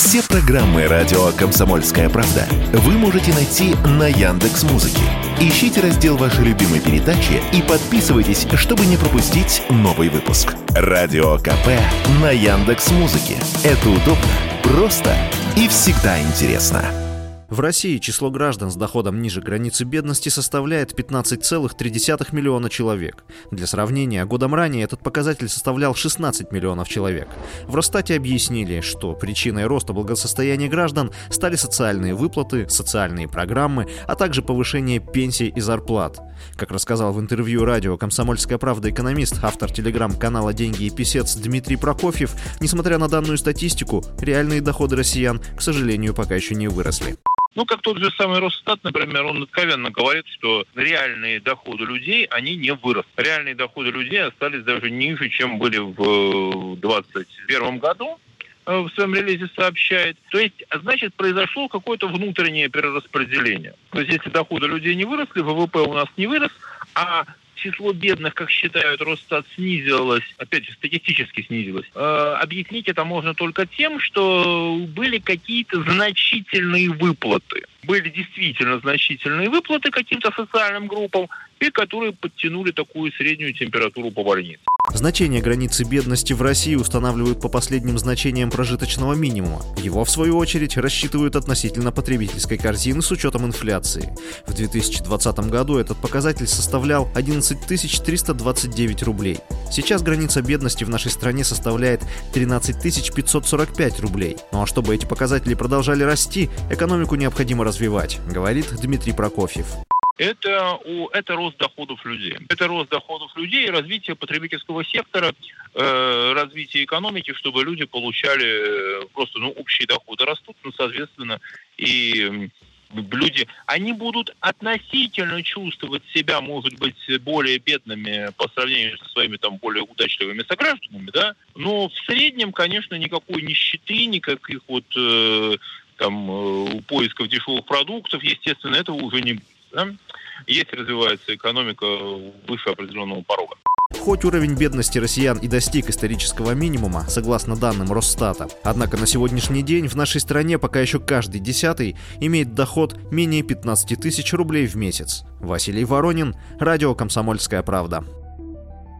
Все программы радио «Комсомольская правда» вы можете найти на Яндекс.Музыке. Ищите раздел вашей любимой передачи и подписывайтесь, чтобы не пропустить новый выпуск. Радио КП на Яндекс.Музыке. Это удобно, просто и всегда интересно. В России число граждан с доходом ниже границы бедности составляет 15,3 миллиона человек. Для сравнения, годом ранее этот показатель составлял 16 миллионов человек. В Росстате объяснили, что причиной роста благосостояния граждан стали социальные выплаты, социальные программы, а также повышение пенсий и зарплат. Как рассказал в интервью радио «Комсомольская правда» экономист, автор телеграм-канала «Деньги и писец» Дмитрий Прокофьев, несмотря на данную статистику, реальные доходы россиян, к сожалению, пока еще не выросли. Как тот же самый Росстат, например, он откровенно говорит, что реальные доходы людей, они не выросли. Реальные доходы людей остались даже ниже, чем были в 2021 году, в своем релизе сообщает. То есть, значит, произошло какое-то внутреннее перераспределение. То есть, если доходы людей не выросли, ВВП у нас не вырос, а число бедных, как считают Росстат, снизилось, опять же, статистически снизилось. Объяснить это можно только тем, что были какие-то значительные выплаты. Были действительно значительные выплаты каким-то социальным группам, и которые подтянули такую среднюю температуру по больнице. Значение границы бедности в России устанавливают по последним значениям прожиточного минимума. Его, в свою очередь, рассчитывают относительно потребительской корзины с учетом инфляции. В 2020 году этот показатель составлял 11 329 рублей. Сейчас граница бедности в нашей стране составляет 13 545 рублей. Ну а чтобы эти показатели продолжали расти, экономику необходимо развивать, говорит Дмитрий Прокофьев. Это рост доходов людей. Это рост доходов людей, развитие потребительского сектора, развитие экономики, чтобы люди получали просто общие доходы растут, соответственно, и люди, они будут относительно чувствовать себя, может быть, более бедными по сравнению со своими более удачливыми согражданами, да, но в среднем, конечно, никакой нищеты, никаких поисков дешевых продуктов, естественно, этого уже не будет. Да? Если развивается экономика выше определенного порога. Хоть уровень бедности россиян и достиг исторического минимума, согласно данным Росстата, однако на сегодняшний день в нашей стране пока еще каждый 10-й имеет доход менее 15 тысяч рублей в месяц. Василий Воронин, радио «Комсомольская правда».